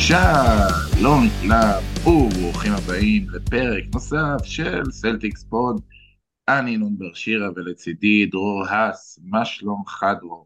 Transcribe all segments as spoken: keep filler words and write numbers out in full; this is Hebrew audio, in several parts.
שלום לכולם וברוכים הבאים לפרק נוסף של סלטיקס פוד. אני נונבר שירה ולצידי דרור האס. מה שלומך דרור?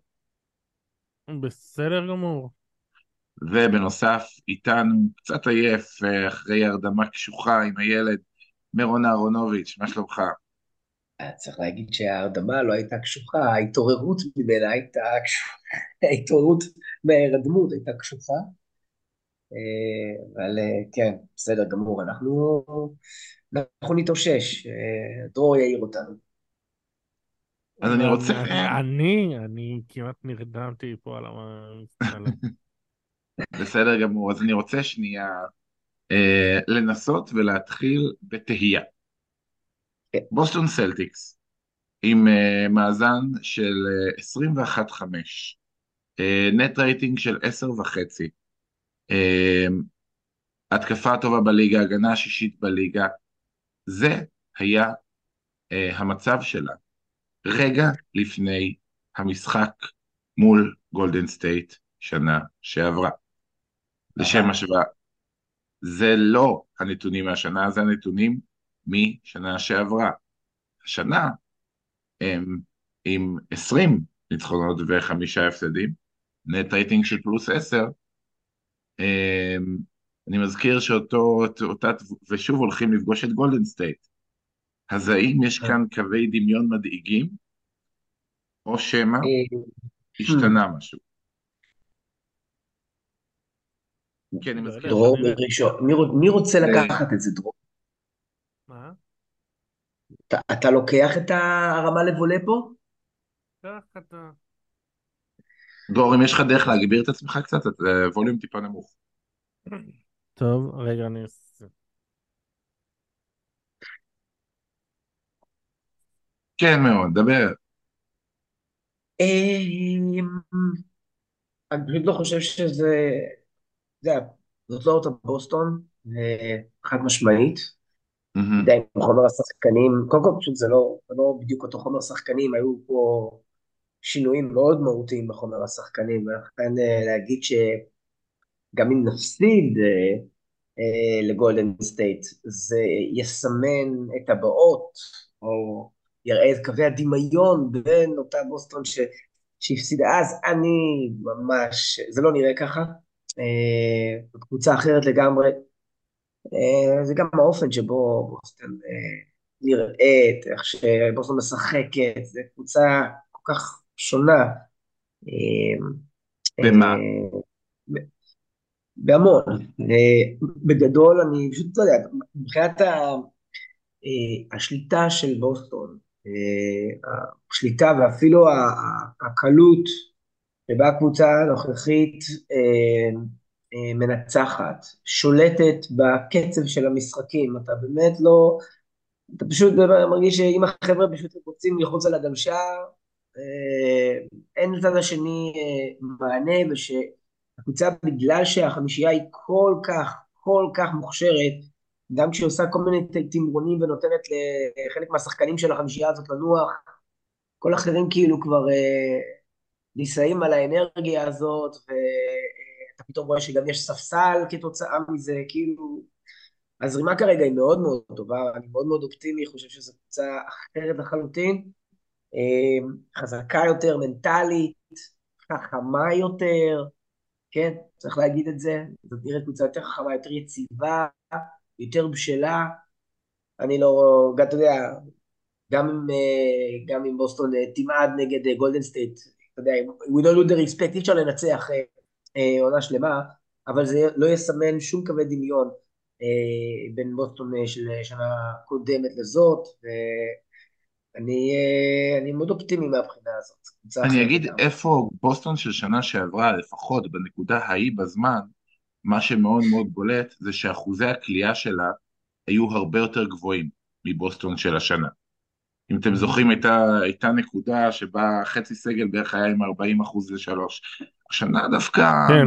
בסדר גמור. ובנוסף איתנו קצת עייף אה, אחרי הרדמה קשוחה עם הילד מרון אהרונוביץ'. מה שלומך? אה, צריך להגיד שההרדמה לא הייתה קשוחה, ההתעוררות ממנה הייתה קשוחה, ההתעוררות מההירדמות הייתה קשוחה, אה, אבל אה, כן, בסדר גמור, אנחנו, אנחנו נתאושש, אה, דרור יעיר אותנו. אז אני רוצה אני, אני, אני אני כמעט נרדמתי פה על המספנה. בסדר גמור, אז אני רוצה שנייה אה, לנסות ולהתחיל בתהייה. כן, בוסטון סלטיקס עם אה, מאזן של אה, עשרים ואחת חמש, נט רייטינג של עשר וחצי, אה, התקפה טובה בליגה, הגנה השישית בליגה. זה היה אה, המצב שלה רגע לפני המשחק מול גולדן סטייט שנה שעברה. לשם אבל השוואה, זה לא הנתונים מהשנה, זה הנתונים משנה שעברה. השנה הם עם עשרים ניצחונות וחמישה הפסדים, נט רייטינג של פלוס עשר. אני מזכיר שאותו, אותה, ושוב הולכים לפגוש את גולדן סטייט. אז האם יש כאן קווי דמיון מדאיגים, או שמא אה, hmm, השתנה משהו? כי אני לא יודע, מזכיר בוא דרור נראה. מראשון, מי, רוצ- מי רוצה לקחת את זה, דרור? מה? אתה, אתה לוקח את הרמה לבולה פה? כך אתה... דרור, אם יש לך דרך להגביר את עצמך קצת, את אה, ווליום טיפה נמוך. טוב, רגע, אני... אעשה- כן מאוד, דבר. אה, אני פשוט לא חושב שזה, זה, זאת לא אותה בוסטון, אה, חד משמעית. מהמם. די, עם חומר השחקנים, קודם כל פשוט זה לא, זה לא בדיוק אותו חומר שחקנים, היו פה שינויים מאוד מהותיים בחומר השחקנים, ולכן אה, להגיד שגם אם נפסיד אה, אה, לגולדן סטייט, זה יסמן את הבאות, או יראה את קווי הדמיון בין אותה בוסטון ש, שהפסידה אז, אני ממש, זה לא נראה ככה, אה, קבוצה אחרת לגמרי, אה, זה גם האופן שבו בוסטון אה, נראית, איך שבוסטון משחקת, זו קבוצה כל כך שונה. אה, במה? אה, בהמון. אה, בגדול, אני פשוט לא יודע, מבחינת ה- אה, השליטה של בוסטון, אה, השליטה ואפילו ה- ה- הקלות שבה הקבוצה הנוכחית אה, אה, מנצחת, שולטת בקצב של המשחקים, אתה באמת לא, אתה פשוט מרגיש שאם החבר'ה פשוט רוצים ללחוץ על הדוושה, אה, אין לצד השני אה, מענה, ושהקבוצה בגלל שהחמישייה היא כל כך, כל כך מוכשרת, גם כשהיא עושה כל מיני תמרונים ונותנת לחלק מהשחקנים של החמישייה הזאת לנוח, כל האחרים כאילו כבר אה, נישאים על האנרגיה הזאת, ואתה פתאום רואה שגם יש ספסל כתוצאה מזה, כאילו, הזרימה כרגע היא מאוד מאוד טובה, אני מאוד מאוד אופטימי, חושב שזו קבוצה אחרת לחלוטין, אה, חזקה יותר מנטלית, חכמה יותר, כן, צריך להגיד את זה, זאת נראית קבוצה יותר חכמה, יותר יציבה, יותר בשלה, אני לא, גם אתה יודע, גם אם, אה, גם אם בוסטון אה, תמעד נגד אה, גולדן סטייט, אתה יודע, we don't lose the respect, אי אפשר לנצח אה, אה, עונה שלמה, אבל זה לא יסמן שום קווי דמיון אה, בין בוסטון אה, של שנה קודמת לזאת, ואני אה, אני מאוד אופטימי מהבחינה הזאת, קבוצה אני אחרת אגיד לגמרי. איפה בוסטון של שנה שעברה, לפחות בנקודה ההיא בזמן, מה שמאוד מאוד בולט זה שאחוזי הקליעה שלה היו הרבה יותר גבוהים מבוסטון של השנה. אם אתם זוכרים, הייתה, הייתה נקודה שבה חצי סגל בערך היה עם ארבעים אחוז לשלוש. השנה דווקא כן,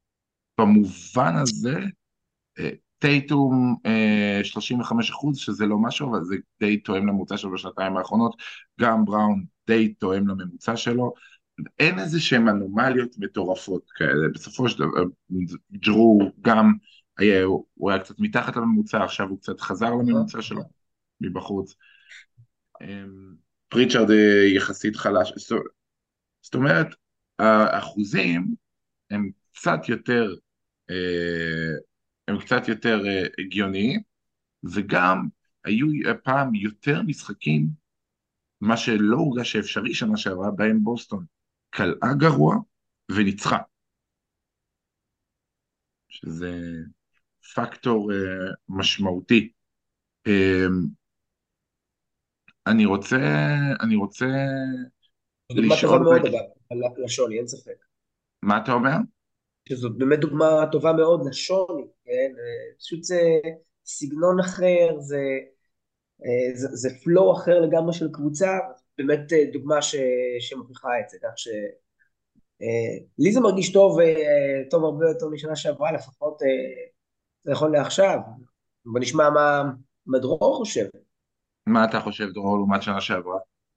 במובן הזה, אה, טייטום אה, שלושים וחמישה אחוז, שזה לא משהו, אבל זה די תואם לממוצע שלו בשנתיים האחרונות. גם בראון די תואם לממוצע שלו. אין איזה שהן אנומליות מטורפות כאלה, בסופו של דבר, ג'רו גם, היה, הוא היה קצת מתחת לממוצע, עכשיו הוא קצת חזר אהה, לממוצע שלו אהה. מבחוץ. אמ, פריצ'רד אה, יחסית חלש, זאת זאת אומרת, האחוזים הם קצת יותר, אה, הם קצת יותר אה, הגיוניים, וגם היו פעם יותר משחקים, מה שלא הורגש שאפשרי שנה שעברה, בהם בוסטון קלעה גרוע וניצחה, שזה פקטור אה, משמעותי. אה, אני רוצה, אני רוצה זו דוגמה טובה לשאול מאוד אותך, אגב, על- לשוני, אין ספק. מה אתה אומר? שזאת באמת דוגמה טובה מאוד לשוני, כן? אה, פשוט זה סגנון אחר, זה, אה, זה, זה פלואו אחר לגמרי של קבוצה, באמת אה, דוגמה ש, שמוכיחה את זה, כך שלי זה מרגיש טוב, אה, טוב הרבה יותר משנה שעברה, לפחות אה, זה יכול לעכשיו. בוא נשמע מה, מה דרור חושב. מה אתה חושב, דרור, לעומת שנה שעברה?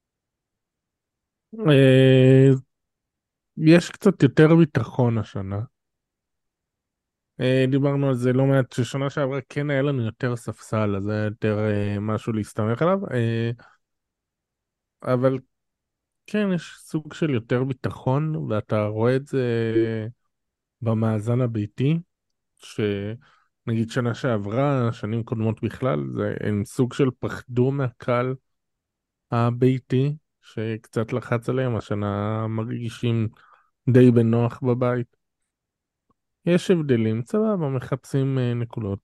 אה, יש קצת יותר ביטחון השנה. אה, דיברנו על זה לא מעט, ששנה שעברה כן היה לנו יותר ספסל, אז היה יותר אה, משהו להסתמך עליו. אה, אבל כן, יש סוג של יותר ביטחון, ואתה רואה את זה במאזן הביתי, שנגיד שנה שעברה, שנים קודמות בכלל, זה, הם סוג של פחדו מהקהל הביתי, שקצת לחץ עליהם, השנה מרגישים די בנוח בבית. יש הבדלים, סבבה, מחפשים אה, נקודות.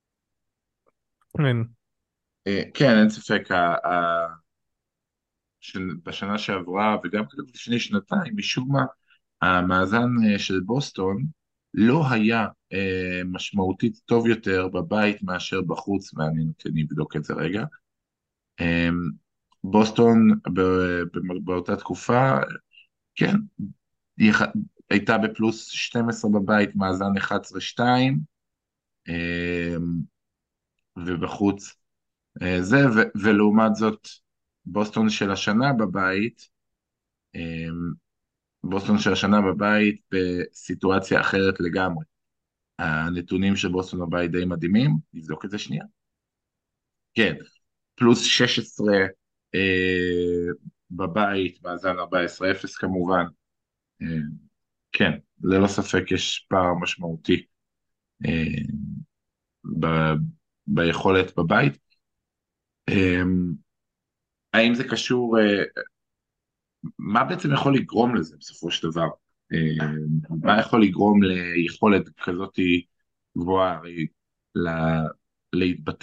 אין. אה, כן, אין ספק, ה- ה- ש- בשנה שעברה וגם לפני שנתיים, משום מה, המאזן אה, של בוסטון לא היה אה, משמעותית טוב יותר בבית מאשר בחוץ, מעניין אותי, אני אבדוק את זה רגע. אה, בוסטון ב- ב- באותה תקופה, כן, היא ח- הייתה בפלוס שתים עשרה בבית, מאזן אחת עשרה שתיים, אה, ובחוץ אה, זה, ו- ולעומת זאת, בוסטון של השנה בבית, אה, בוסטון של השנה בבית בסיטואציה אחרת לגמרי. הנתונים של בוסטון בבית די מדהימים, נבדוק את זה שנייה. כן, פלוס שש עשרה אה, בבית, מאזן ארבע עשרה אפס כמובן. אה, כן, ללא ספק יש פער משמעותי אה, ב, ביכולת בבית. אה, האם זה קשור, אה, מה בעצם יכול לגרום לזה בסופו של דבר? אה, מה יכול לגרום ליכולת כזאת גבוהה הרי ל- להתבטא?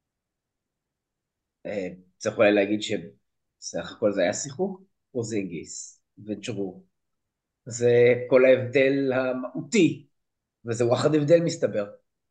אה, צריך אולי להגיד שסך הכל זה היה שיחוק, פוזינגיס וג'רו. זה כל ההבדל המהותי, וזה וואחד הבדל מסתבר.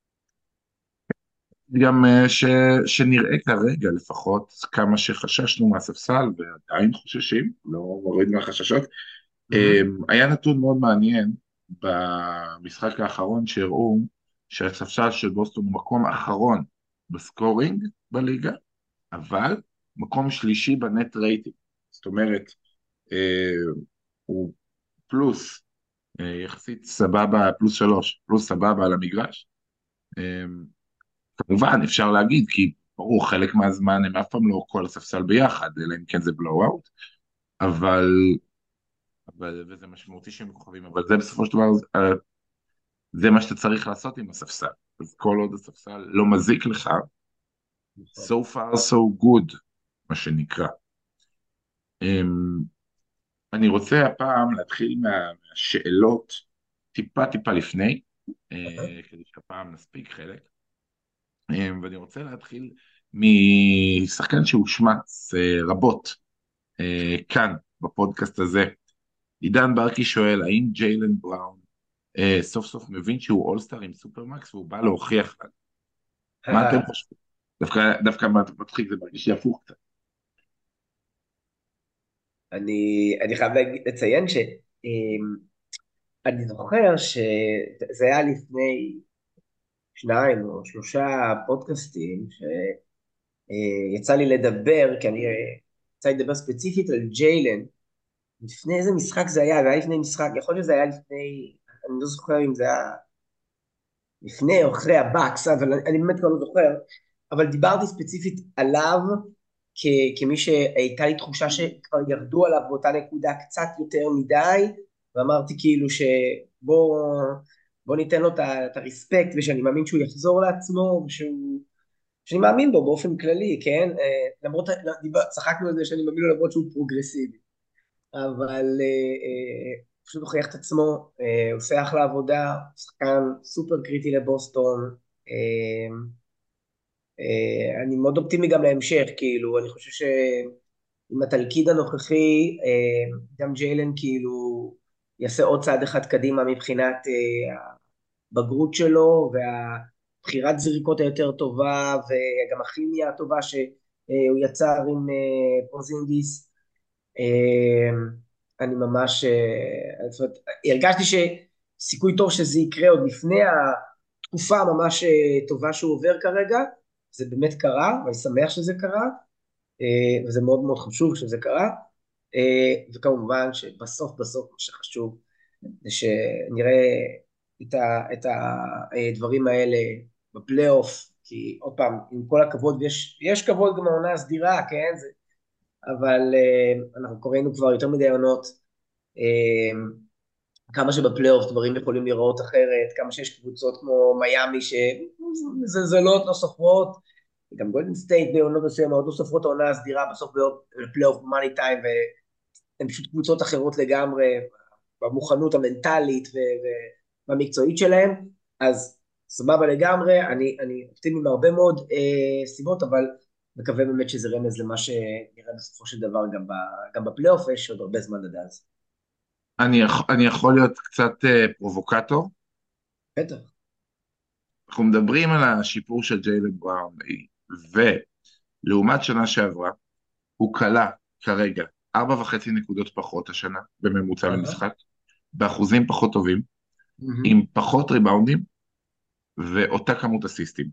גם אה, ש, שנראה כרגע לפחות כמה שחששנו מהספסל ועדיין חוששים, לא מוריד מהחששות. אה, מהמם. היה נתון מאוד מעניין במשחק האחרון שהראו שהספסל של בוסטון הוא מקום אחרון בסקורינג בליגה, אבל מקום שלישי בנט רייטינג. זאת אומרת, אה, הוא פלוס, אה, יחסית סבבה, פלוס שלוש, פלוס סבבה על המגרש. אה, כמובן, אפשר להגיד, כי ברור, חלק מהזמן הם אף פעם לא כל הספסל ביחד, אלא אם כן זה בלואו-אוט, אבל, אבל, וזה משמעותי שהם כוכבים, אבל זה בסופו של דבר, אה, זה מה שאתה צריך לעשות עם הספסל. אז כל עוד הספסל לא מזיק לך, נכון. so far so good, מה שנקרא. אמ, אני רוצה הפעם להתחיל מה- מהשאלות טיפה טיפה לפני, אה, כדי שהפעם נספיק חלק. אה, ואני רוצה להתחיל משחקן שהושמץ אה, רבות אה, כאן בפודקאסט הזה. עידן ברקי שואל, האם ג'יילן בראון אה, סוף סוף מבין שהוא אולסטאר עם סופרמקס והוא בא להוכיח לנו? מה אתם חושבים? דווקא, דווקא מצחיק, זה מרגיש לי הפוך קצת. אני, אני חייב להגיד- לציין שאני זוכר שזה היה לפני שניים או שלושה פודקאסטים שיצא לי לדבר, כי אני יצא לי לדבר ספציפית על ג'יילן, לפני איזה משחק זה היה, זה היה לפני משחק, יכול להיות שזה היה לפני, אני לא זוכר אם זה היה לפני או אחרי הבאקס, אבל אני, אני באמת כבר לא זוכר, אבל דיברתי ספציפית עליו כ, כמי שהייתה לי תחושה שכבר ירדו עליו באותה נקודה קצת יותר מדי, ואמרתי כאילו שבוא בוא ניתן לו את הרספקט, ושאני מאמין שהוא יחזור לעצמו, ושהוא, שאני מאמין בו באופן כללי, כן? אה, למרות, דיבר, צחקנו על זה שאני מאמין לו למרות שהוא פרוגרסיבי. אבל אה, אה, פשוט הוכיח את עצמו, אה, עושה אחלה עבודה, שחקן סופר קריטי לבוסטון, אה, אה, אני מאוד אופטימי גם להמשך, כאילו, אני חושב שעם התלכיד הנוכחי, אה, גם ג'יילן כאילו יעשה עוד צעד אחד קדימה מבחינת אה, הבגרות שלו, והבחירת זריקות היותר טובה, וגם הכימיה הטובה שהוא יצר עם אה, פורזינגיס, אני ממש, זאת אומרת, הרגשתי שסיכוי טוב שזה יקרה עוד לפני התקופה ממש טובה שהוא עובר כרגע, זה באמת קרה, ואני שמח שזה קרה, וזה מאוד מאוד חשוב שזה קרה, וכמובן שבסוף בסוף מה שחשוב זה שנראה את, ה, את הדברים האלה בפלייאוף, כי עוד פעם, עם כל הכבוד, ויש, יש כבוד גם לעונה הסדירה, כן? זה, אבל uh, אנחנו קוראים כבר יותר מדי עונות, uh, כמה שבפלייאוף דברים יכולים לראות אחרת, כמה שיש קבוצות כמו מיאמי שזלזלות לא סופרות, גם גולדן סטייט בעונות מסוימות לא סופרות העונה הסדירה בסוף בפלייאוף מאני טיים, והן פשוט קבוצות אחרות לגמרי, במוכנות המנטלית והמקצועית שלהם, אז סבבה לגמרי, אני, אני אופטימי מהרבה מאוד אה, סיבות, אבל מקווה באמת שזה רמז למה שנראה בסופו של דבר גם, ב, גם בפלייאוף, יש עוד הרבה זמן עד אז. אני, יכ- אני יכול להיות קצת אה, פרובוקטור. בטח. אנחנו מדברים על השיפור של ג'יילן בראון, ולעומת שנה שעברה, הוא קלע כרגע ארבע וחצי נקודות פחות השנה בממוצע למשחק, באחוזים פחות טובים, עם פחות ריבאונדים, ואותה כמות אסיסטים.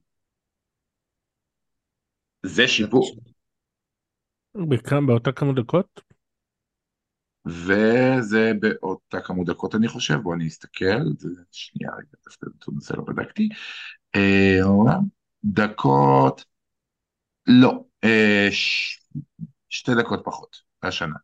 זה שיפור. בכמה, באותה כמה דקות? וזה באותה כמות דקות אני חושב, בוא אני אסתכל, זה שנייה רגע, דווקא נתון הזה לא בדקתי. אה, דקות, לא, אה, ש... שתי דקות פחות, השנה.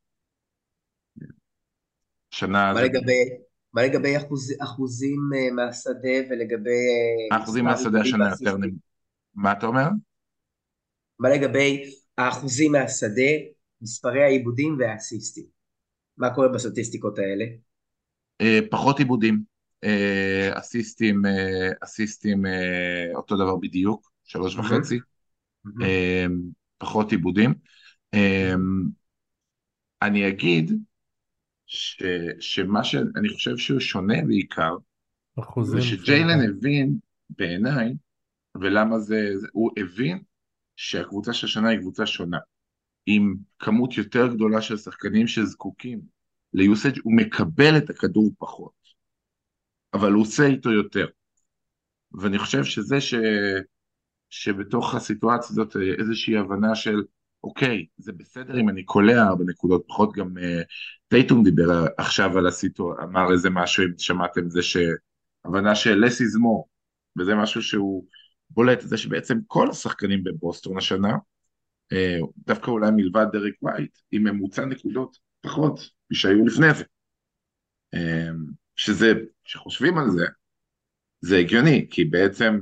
שנה מה זה... לגבי, מה לגבי אחוז, אחוזים אה, מהשדה ולגבי אה, האחוזים מספר מהשדה עיבודים השנה יותר ואסיסטים? נמוך. מה אתה אומר? מה לגבי האחוזים מהשדה, מספרי העיבודים והאסיסטים? מה קורה בסטטיסטיקות האלה? אה, פחות עיבודים, אה, אסיסטים, אה, אסיסטים אה, אותו דבר בדיוק, שלוש מהמם, וחצי, מהמם, אה, פחות עיבודים. אה, מהמם. אני אגיד ש, שמה שאני חושב שהוא שונה בעיקר, זה אחוזים של... שג'יילן הבין בעיניי, ולמה זה, זה, הוא הבין שהקבוצה של השנה היא קבוצה שונה, עם כמות יותר גדולה של שחקנים שזקוקים ליוסאג', הוא מקבל את הכדור פחות, אבל הוא עושה איתו יותר. ואני חושב שזה ש... שבתוך הסיטואציה הזאת איזושהי הבנה של, אוקיי, זה בסדר אם אני קולע ארבע נקודות פחות, גם uh, טייטום דיבר עכשיו על הסיטואציה, אמר איזה משהו, אם שמעתם, זה שהבנה של less is more, וזה משהו שהוא בולט, זה שבעצם כל השחקנים בבוסטון השנה, uh, דווקא אולי מלבד דרק ווייט, עם ממוצע נקודות פחות משהיו לפני זה. Uh, שזה, כשחושבים על זה, זה הגיוני, כי בעצם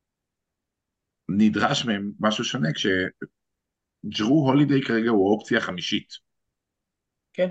נדרש מהם משהו שונה, כשג'רו הולידיי כרגע הוא האופציה החמישית כן.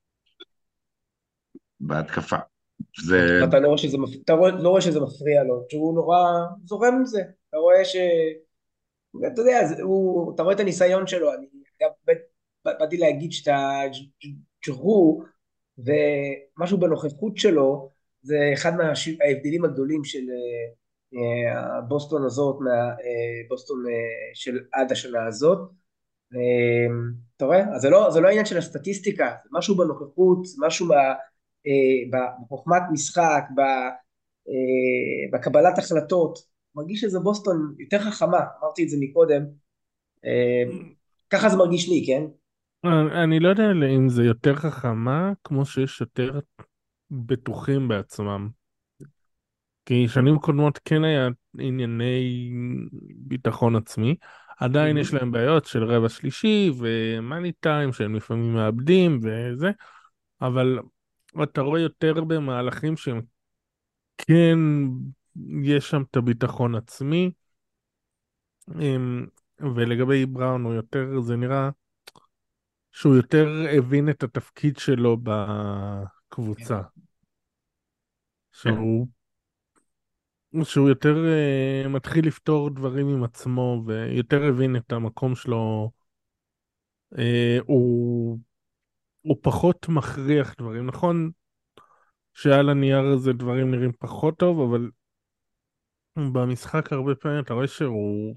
בהתקפה. זה... ואתה לא רואה שזה, מפ... אתה רואה, לא רואה שזה מפריע לו, שהוא נורא זורם עם זה. אתה רואה ש... אתה יודע, זה- הוא... אתה רואה את הניסיון שלו. אני גם באמת באתי להגיד שאתה ג'רו, ומשהו בנוכחות שלו, זה אחד מההבדלים הגדולים של אה, הבוסטון הזאת, מהבוסטון של עד השנה הזאת. אה, אתה רואה? אז זה לא, זה לא העניין של הסטטיסטיקה, זה משהו בנוכחות, זה משהו ב, אה, בחוכמת משחק, ב, אה, בקבלת החלטות. מרגיש שזה בוסטון יותר חכמה, אמרתי את זה מקודם, אה, ככה זה מרגיש לי, כן? אני אני לא יודע אם זה יותר חכמה, כמו שיש יותר בטוחים בעצמם. כי שנים קודמות כן היה ענייני ביטחון עצמי, עדיין יש מהמם. להם בעיות של רבע שלישי ומאני טיים שהם לפעמים מאבדים וזה, אבל אתה רואה יותר במהלכים שהם כן, יש שם את הביטחון עצמי. אמ, ולגבי בראון הוא יותר, זה נראה שהוא יותר הבין את התפקיד שלו בקבוצה, כן, שהוא שהוא יותר uh, מתחיל לפתור דברים עם עצמו ויותר הבין את המקום שלו. uh, הוא, הוא פחות מכריח דברים. נכון שעל הנייר הזה דברים נראים פחות טוב, אבל במשחק הרבה פעמים אתה רואה שהוא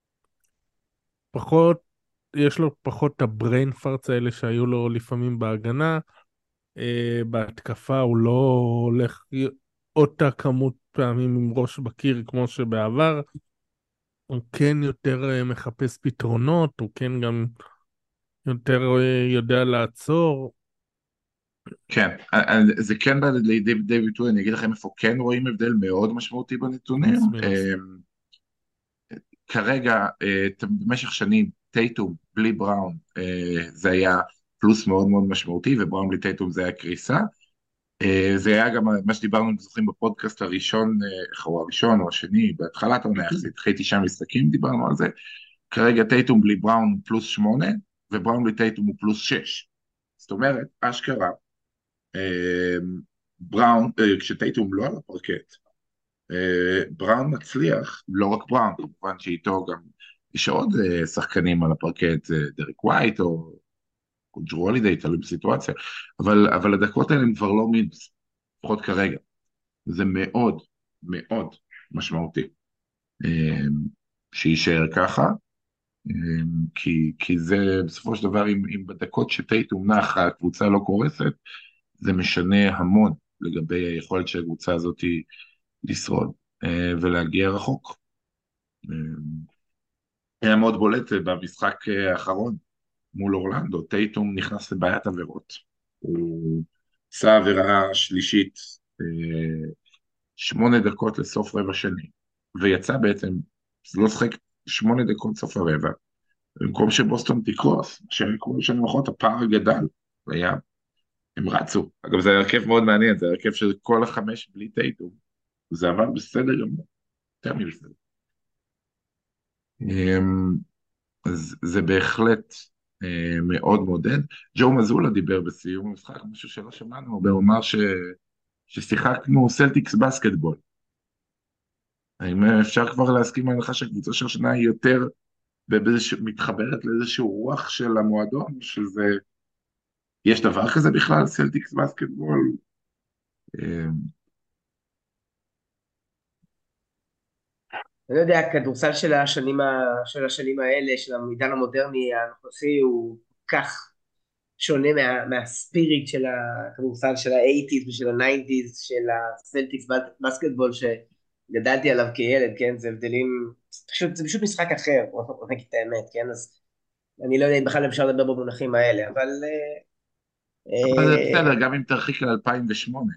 פחות, יש לו פחות את הבריין פארץ האלה שהיו לו לפעמים בהגנה. uh, בהתקפה הוא לא הולך אותה כמות פעמים עם ראש בקיר כמו שבעבר. הוא כן יותר אה, מחפש פתרונות, הוא כן גם יותר אה, יודע לעצור. כן, אה, אה, זה כן בא לידי לידי ביטוי, אני אגיד לכם איפה כן רואים הבדל מאוד משמעותי בנתונים. מן אה, הסתם. כרגע, אה, ת- במשך שנים, טייטום בלי בראון, אה, זה היה פלוס מאוד מאוד משמעותי, ובראון בלי טייטום זה היה קריסה. אה, זה היה גם מה שדיברנו, אם זוכרים, בפודקאסט הראשון, אה, או הראשון או השני, בהתחלת העונה יחסית, אחרי תשעה משחקים דיברנו על זה. כרגע טייטום בלי בראון הוא פלוס שמונה, ובראון בלי טייטום הוא פלוס שש. זאת אומרת, אשכרה, אה, בראון, אה, כשטייטום לא על הפרקט, אה, בראון מצליח, לא רק בראון, כמובן שאיתו גם יש עוד אה, שחקנים על הפרקט, אה, דריק ווייט או, או ג'רו הולידיי, תלוי בסיטואציה, אבל, אבל הדקות האלה הם כבר לא מינוס, לפחות כרגע. זה מאוד מאוד משמעותי אה, שיישאר ככה, אה, כי, כי זה בסופו של דבר, אם, אם בדקות שטייטום נח הקבוצה לא קורסת, זה משנה המון לגבי היכולת של הקבוצה הזאת לשרוד אה, ולהגיע רחוק. אה, היה מאוד בולט במשחק אה, האחרון מול אורלנדו, טייטום נכנס לבעיית עבירות. הוא עשה עבירה שלישית אה, שמונה דקות לסוף רבע שני, ויצא בעצם, לא שחק שמונה דקות סוף הרבע, במקום שבוסטון תקרוס, שהם כל שנים אחרות, הפער גדל, היה, הם רצו. אגב, זה הרכב מאוד מעניין, זה הרכב של כל החמש בלי טייטום, זה עבד בסדר גמור, יותר מבסדר. אמ, אז זה בהחלט אה, מאוד מעודד. ג'ו מזולה דיבר בסיום המשחק, משהו שלא שמענו הרבה, הוא אמר ש... ששיחקנו סלטיקס בסקטבול. האם אפשר כבר להסכים על לך שהקבוצה של השנה היא יותר באיזשה... מתחברת לאיזשהו רוח של המועדון, שזה... יש דבר כזה בכלל, סלטיקס בסקטבול? אה, אני לא יודע, הכדורסל של השנים, ה... של השנים האלה, של העידן המודרני הנוכחי, הוא כך שונה מה... מהספיריט של הכדורסל של האייטיז ושל הניינטיז, של הסלטיקס בסקטבול שגדלתי עליו כילד, כן? זה הבדלים, זה פשוט, זה פשוט משחק אחר, בוא נגיד את האמת, כן? אז אני לא יודע אם בכלל אפשר לדבר במונחים האלה, אבל... אה, אבל זה בסדר, אה, גם אם תרחיק ל-אלפיים ושמונה.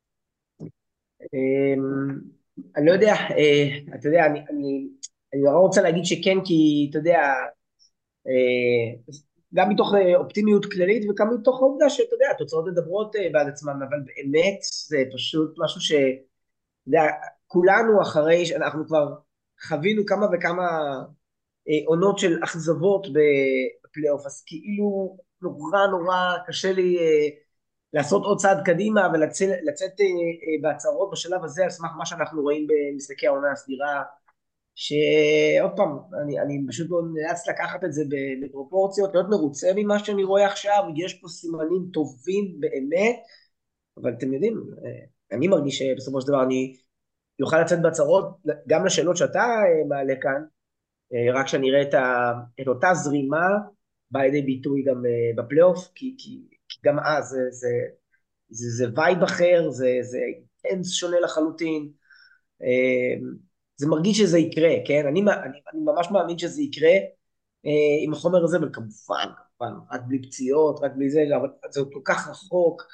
אמ, אני לא יודע, אה, אתה יודע, אני, אני, אני נורא רוצה להגיד שכן, כי אתה יודע, אה, גם מתוך אה, אופטימיות כללית וגם מתוך העובדה שאתה יודע, התוצאות מדברות אה, בעד עצמן, אבל באמת זה פשוט משהו ש, אתה יודע, כולנו אחרי שאנחנו כבר חווינו כמה וכמה אה, עונות של אכזבות בפלייאוף, אז כאילו נורא נורא קשה לי אה, לעשות עוד צעד קדימה ולצאת לצאת, אה, אה, בהצהרות בשלב הזה על סמך מה שאנחנו רואים במשחקי העונה הסדירה, שעוד פעם, אני, אני פשוט לא נאלץ לקחת את זה בפרופורציות, להיות מרוצה ממה שאני רואה עכשיו, יש פה סימנים טובים באמת, אבל אתם יודעים, אה, אני מרגיש שבסופו של דבר אני יוכל לצאת בהצהרות גם לשאלות שאתה אה, מעלה כאן, אה, רק שאני אראה את, ה, את אותה זרימה באה לידי ביטוי גם אה, בפלייאוף, כי, כי, כי גם אז זה, זה, זה, זה וייב אחר, זה, זה אינטנס שונה לחלוטין, אה, זה מרגיש שזה יקרה, כן? אני, אני, אני ממש מאמין שזה יקרה אה, עם החומר הזה, וכמובן, כמובן, רק בלי פציעות, רק בלי זה, אבל זה כל כך רחוק,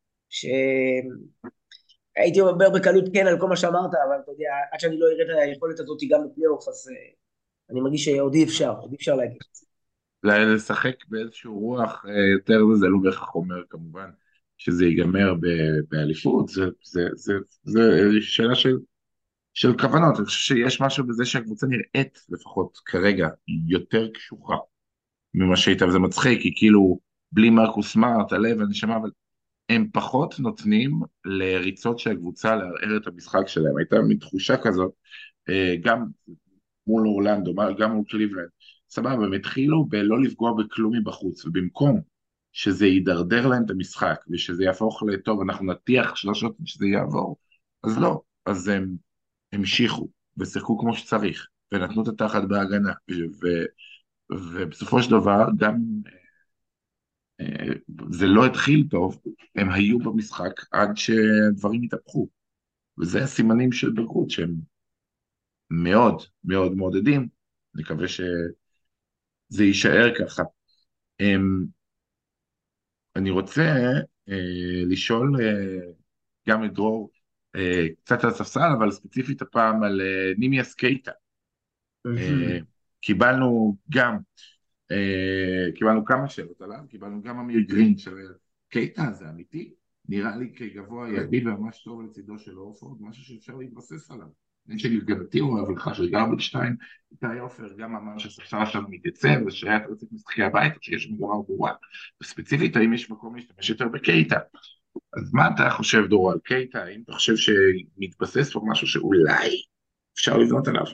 שהייתי אומר בקלות כן על כל מה שאמרת, אבל אתה יודע, עד שאני לא אראה את היכולת הזאת גם בפלייאוף, אז אה, אני מרגיש שעוד אי אפשר, עוד אי אפשר להגיד את זה. לשחק באיזשהו רוח אה, יותר, זה לא בהכרח אומר כמובן שזה ייגמר ב- באליפות, זה, זה, זה, זה שאלה של, של כוונות. אני חושב שיש משהו בזה שהקבוצה נראית לפחות כרגע יותר קשוחה ממה שהייתה, וזה מצחיק, כי כאילו בלי מרקוס סמארט, הלב והנשמה, אבל הם פחות נותנים לריצות של הקבוצה לערער את המשחק שלהם. הייתה מין תחושה כזאת, אה, גם מול אורלנדו, גם מול קליבלנד, סבבה, הם התחילו בלא לפגוע בכלום מבחוץ, ובמקום שזה יידרדר להם את המשחק, ושזה יהפוך לטוב, אנחנו נטיח שלושות שזה יעבור, אז לא, אז הם המשיכו, ושיחקו כמו שצריך, ונתנו את התחת בהגנה, ו- ו- ובסופו של דבר, גם אה, זה לא התחיל טוב, הם היו במשחק עד שדברים התהפכו, וזה הסימנים של בגרות שהם מאוד מאוד מעודדים, נקווה שזה יישאר ככה. אמ, אני רוצה אה, לשאול אה, גם את דרור אה, קצת על הספסל, אבל ספציפית הפעם על אה, נימיאס קייטה. אה, קיבלנו גם, אה, קיבלנו כמה שאלות עליו, קיבלנו גם אמיר גרין של קייטה, זה אמיתי? נראה לי כגבוה יעדיל וממש טוב לצידו של אורפורד, משהו שאפשר להתבסס עליו. אני שלפגנתי הוא אוהב לך של גרבלשטיין, איתי עופר גם אמר שהספסל שלנו מתייצב ושהיה את רצף משחקי הבית, שיש מגורה ברורה, וספציפית האם יש מקום להשתמש יותר בקייטה. אז מה אתה חושב דורו על קייטה? האם אתה חושב שמתבסס פה משהו שאולי אפשר לבנות עליו?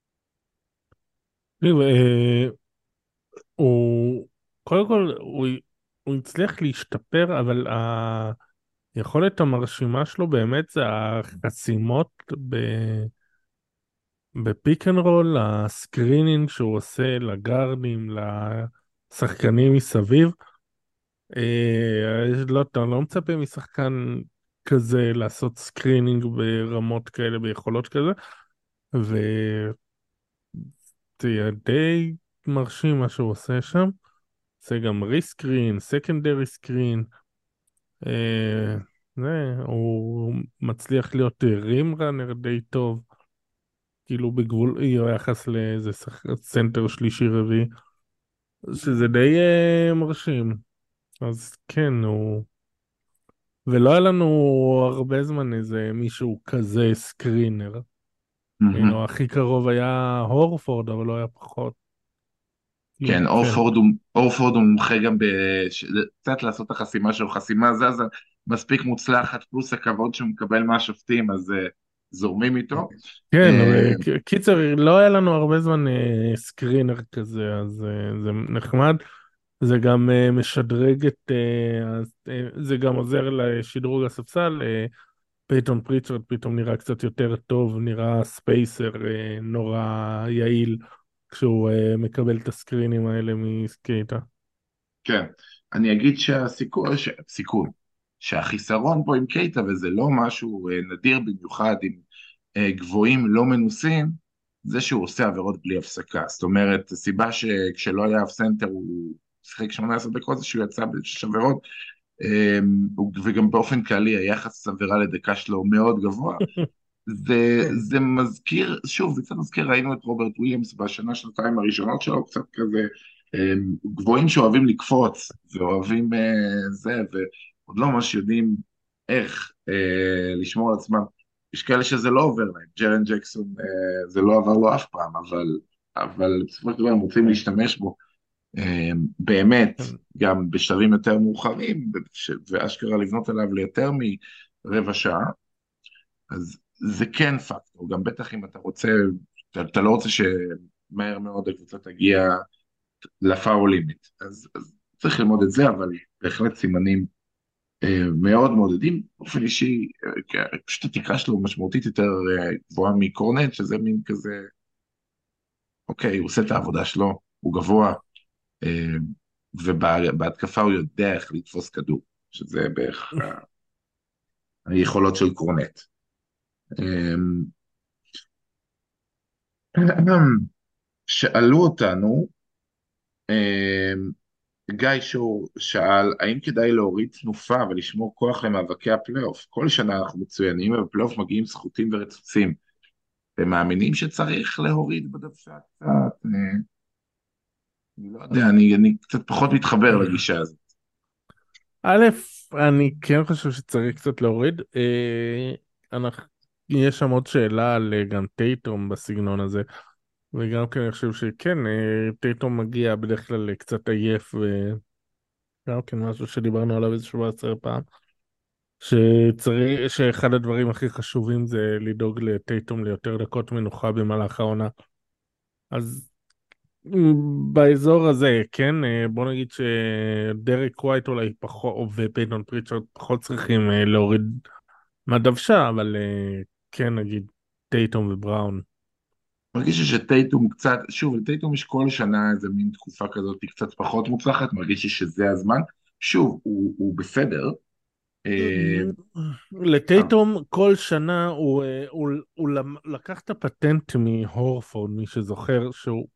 תראו, אה, הוא, קודם כל, הוא, הוא הצליח להשתפר, אבל היכולת המרשימה שלו באמת זה החסימות ב, בפיק אנד רול, הסקרינינג שהוא עושה לגארדים, לשחקנים מסביב. אה, לא, אתה לא מצפה משחקן כזה לעשות סקרינינג ברמות כאלה, ביכולות כזה, וזה די מרשים מה שהוא עושה שם. זה גם ריסקרין, סקנדרי סקרין, אה, זה, הוא מצליח להיות רים ראנר די טוב, כאילו בגבול יחס לאיזה שח- סנטר שלישי רביעי, שזה די אה, מרשים. אז כן, הוא... ולא היה לנו הרבה זמן איזה מישהו כזה סקרינר. מהמם. היינו, הכי קרוב היה הורפורד, אבל לא היה פחות. כאילו, כן, כן. אורפורד הוא, אורפורד הוא מומחה גם בש- קצת לעשות את החסימה שלו, חסימה זזה מספיק מוצלחת, פלוס הכבוד שהוא מקבל מהשופטים, אז uh, זורמים איתו. כן, אה, וקיצר, לא היה לנו הרבה זמן אה, סקרינר כזה, אז אה, זה נחמד. זה גם אה, משדרג את, אה, אז, אה, זה גם עוזר לשדרוג הספסל. אה, פייתון פריצ'רד פתאום נראה קצת יותר טוב, נראה ספייסר אה, נורא יעיל כשהוא אה, מקבל את הסקרינים האלה מסקייטה. כן, אני אגיד שהסיכוי, ש- סיכוי, שהחיסרון פה עם קייטה, וזה לא משהו אה, נדיר במיוחד עם אה, גבוהים לא מנוסים, זה שהוא עושה עבירות בלי הפסקה. זאת אומרת, הסיבה שכשלא היה אף סנטר הוא שיחק שמונה עשרה דקות, זה שהוא יצא בשש עבירות, אה, וגם באופן כללי היחס עבירה לדקה שלו מאוד גבוה. זה, כן. זה מזכיר, שוב, זה קצת מזכיר, ראינו את רוברט וויליאמס בשנה, שנתיים הראשונות שלו, קצת כזה, אה, גבוהים שאוהבים לקפוץ, ואוהבים אה, זה, ועוד לא ממש יודעים איך אה, לשמור על עצמם. יש כאלה שזה לא עובר להם, ג'רן ג'קסון, אה, זה לא עבר לו אף פעם, אבל, אבל בסופו של דבר הם רוצים להשתמש בו. אה, באמת, גם בשלבים יותר מאוחרים, ש- ואשכרה לבנות עליו ליותר מרבע שעה, אז זה כן פקטור, גם בטח אם אתה רוצה, אתה, אתה לא רוצה שמהר מאוד הקבוצה תגיע לפאול לימיט, אז, אז צריך ללמוד את זה, אבל בהחלט סימנים אה, מאוד מעודדים. באופן אישי, אה, פשוט התקרה שלו משמעותית יותר אה, גבוהה מקורנט, שזה מין כזה, אוקיי, הוא עושה את העבודה שלו, הוא גבוה, אה, ובהתקפה הוא יודע איך לתפוס כדור, שזה בערך ה- היכולות של קורנט. אה, שאלו אותנו, אה, גיא שור שאל, האם כדאי להוריד תנופה ולשמור כוח למאבקי הפלייאוף? כל שנה אנחנו מצוינים, ובפלייאוף מגיעים סחוטים ורצוצים. אתם מאמינים שצריך להוריד בדוושה קצת? אה, אני לא יודע, אני, אני קצת פחות מתחבר לגישה הזאת. א', אני כן חושב שצריך קצת להוריד. אה, אנחנו, יש שם עוד שאלה על אה, גם טייטום בסגנון הזה, וגם כן אני חושב שכן, אה, טייטום מגיע בדרך כלל קצת עייף, וגם כן משהו שדיברנו עליו איזשהו עשר פעם, שצריך, שאחד הדברים הכי חשובים זה לדאוג לטייטום ליותר דקות מנוחה במהלך העונה. אז באזור הזה, כן, אה, בוא נגיד שדרק ווייט אולי פחות, ופייטון פריצ'רד פחות צריכים אה, להוריד מהדוושה, אבל אה, כן, נגיד טייטום ובראון. מרגיש לי שטייטום קצת, שוב, לטייטום יש כל שנה איזה מין תקופה כזאת קצת פחות מוצלחת, מרגיש לי שזה הזמן. שוב, הוא, הוא בסדר. אה, לטייטום כל שנה הוא, אה, הוא, הוא למ- לקח את הפטנט מהורפורד, מי שזוכר, שהוא,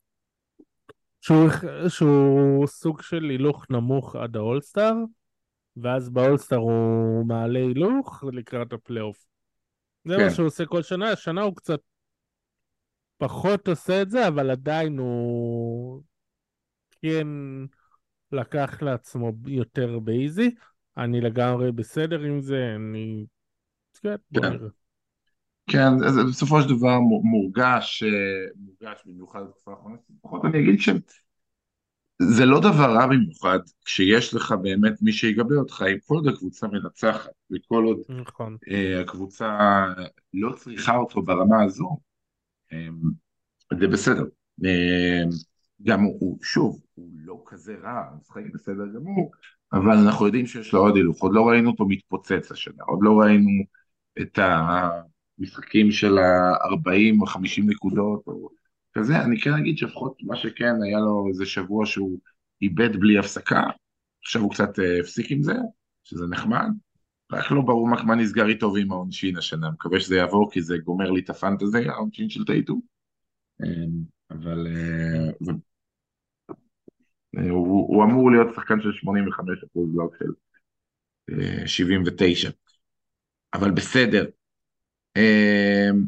שהוא, שהוא סוג של הילוך נמוך עד האולסטאר, ואז באולסטאר הוא מעלה הילוך לקראת הפלייאוף. זה מה כן, שהוא עושה כל שנה. השנה הוא קצת פחות עושה את זה, אבל עדיין הוא כן לקח לעצמו יותר באיזי. אני לגמרי בסדר עם זה, אני... כן, בוא כן, נראה. כן, אז בסופו של דבר מ- מורגש, אה, מורגש במיוחד בתקופה האחרונה. לפחות אני אגיד שזה לא דבר רע במיוחד, כשיש לך באמת מי שיגבה אותך, אם כל עוד הקבוצה מנצחת, וכל עוד נכון. אה, הקבוצה לא צריכה אותו ברמה הזו, אה, זה בסדר. אה, גם הוא, הוא- שוב, הוא לא כזה רע, הוא משחק בסדר גמור, אבל אנחנו יודעים שיש לו עוד הילוך, עוד לא ראינו אותו מתפוצץ השנה, עוד לא ראינו את המשחקים של ה-ארבעים או חמישים נקודות או כזה. אני כן אגיד שלפחות מה שכן, היה לו איזה שבוע שהוא איבד בלי הפסקה, עכשיו הוא קצת אה, הפסיק עם זה, שזה נחמד, רק לא ברור מה, מה נסגר איתו ועם העונשין השנה, מקווה שזה יעבור כי זה גומר לי את הפנטזי, העונשין של טייטו. אמ, אבל Mm. אה, ו- אה, הוא, הוא אמור להיות שחקן של שמונים וחמישה אחוז, לא של אה, שבעים ותשע, אבל בסדר. אמ,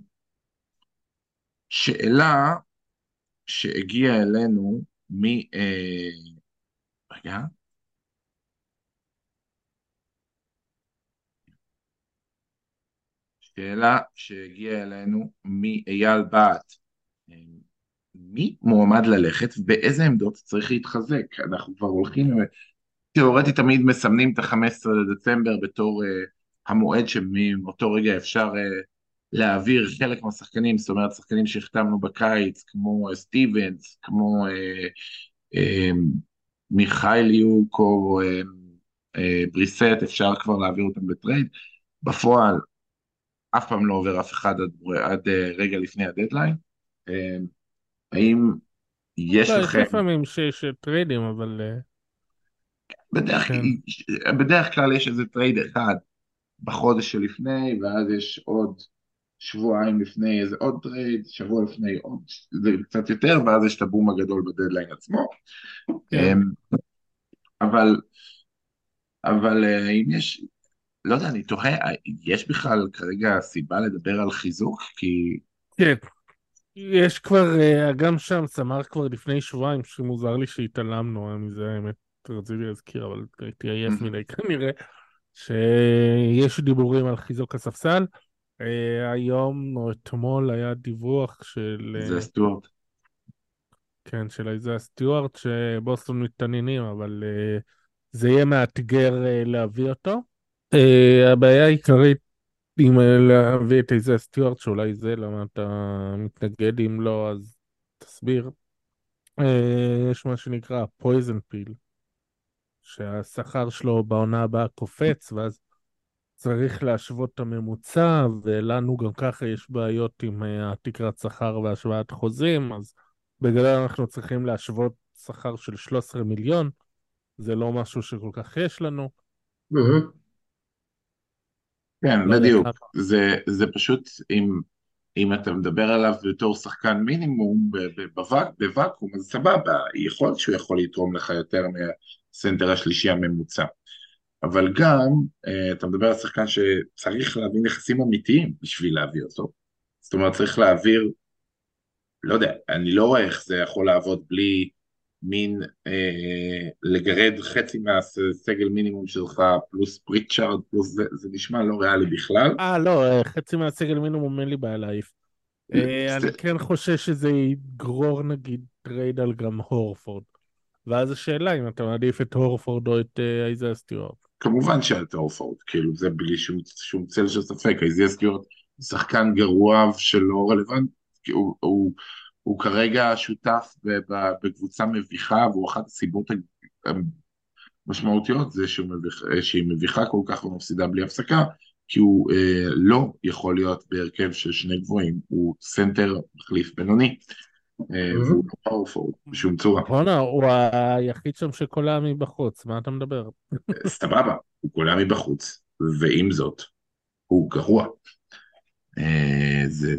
שאלה שהגיעה אלינו מ... אה, רגע, שאלה שהגיעה אלינו מאייל בהט. אמ, מי מועמד ללכת ובאיזה עמדות צריך להתחזק? אנחנו כבר הולכים, תיאורטית תמיד מסמנים את ה-חמישה עשר לדצמבר בתור uh, המועד שמאותו רגע אפשר uh, להעביר חלק מהשחקנים, זאת אומרת שחקנים שהחתמנו בקיץ, כמו uh, סטיבנס, כמו uh, uh, מיכאל יוק או uh, uh, בריסט, אפשר כבר להעביר אותם בטרייד. בפועל אף פעם לא עובר אף אחד עד, עד uh, רגע לפני הדדליין. Uh, האם יש לא, יש לכם, לפעמים שיש טריידים, אבל אה, בדרך, כן. בדרך כלל יש איזה טרייד אחד בחודש שלפני, ואז יש עוד שבועיים לפני איזה עוד טרייד, שבוע לפני עוד, זה קצת יותר, ואז יש את הבום הגדול בדדליין עצמו. כן. אמ, אבל, אבל אה, אם יש, לא יודע, אני תוהה, אה, יש בכלל כרגע סיבה לדבר על חיזוק? כי... כן. יש כבר, אה, גם שם צמח כבר לפני שבועיים, שמוזר לי שהתעלמנו מזה, האמת, רציתי להזכיר, אבל הייתי עייף מדי כנראה, שיש דיבורים על חיזוק הספסל. אה, היום או אתמול היה דיווח של, זה אה, סטוארט. כן, של איזה סטיוארט שבוסטון מתעניינים, אבל אה, זה יהיה מאתגר אה, להביא אותו. אה, הבעיה העיקרית אם אה, להביא את איזה סטיוארט, שאולי זה למה אתה מתנגד, אם לא אז תסביר. אה, יש מה שנקרא פויזן פיל, שהשכר שלו בעונה הבאה קופץ, ואז צריך להשוות את הממוצע, ולנו גם ככה יש בעיות עם אה, התקרת שכר והשוואת חוזים, אז בגלל אנחנו צריכים להשוות שכר של שלושה עשר מיליון, זה לא משהו שכל כך יש לנו, מהמם. כן, לא יודע בדיוק. כמה. זה, זה פשוט, אם, אם אתה מדבר עליו בתור שחקן מינימום בוואקום, אז סבבה, יכול להיות שהוא יכול לתרום לך יותר מהסנטר השלישי הממוצע. אבל גם, אתה מדבר על שחקן שצריך להביא נכסים אמיתיים בשביל להביא אותו. זאת אומרת, צריך להעביר, לא יודע, אני לא רואה איך זה יכול לעבוד בלי מין אה, לגרד חצי מהסגל מינימום שלך, פלוס פריצ'ארד, פלוס זה, זה נשמע לא ריאלי בכלל. אה, לא, חצי מהסגל מינימום אין לי בעיה להעיף. אה, זה, אני כן חושש שזה יגרור נגיד טרייד על גם הורפורד. ואז השאלה אם אתה מעדיף את הורפורד או את אה, איזיה סטיוארט. כמובן שאתה הורפורד, כאילו זה בלי שום, שום צל של ספק, איזיה סטיוארט שחקן גרוע שלא רלוונטי, הוא, הוא, הוא כרגע שותף בקבוצה מביכה, והוא אחת הסיבות המשמעותיות זה שהוא מביך, שהיא מביכה כל כך ומפסידה בלי הפסקה, כי הוא אה, לא יכול להיות בהרכב של שני גבוהים, הוא סנטר מחליף בינוני, אה, והוא לא פאורפורד בשום צורה. בואנה, הוא היחיד שם שקולע מבחוץ, מה אתה מדבר? סבבה, הוא קולע מבחוץ, ועם זאת, הוא גרוע. אה, זה...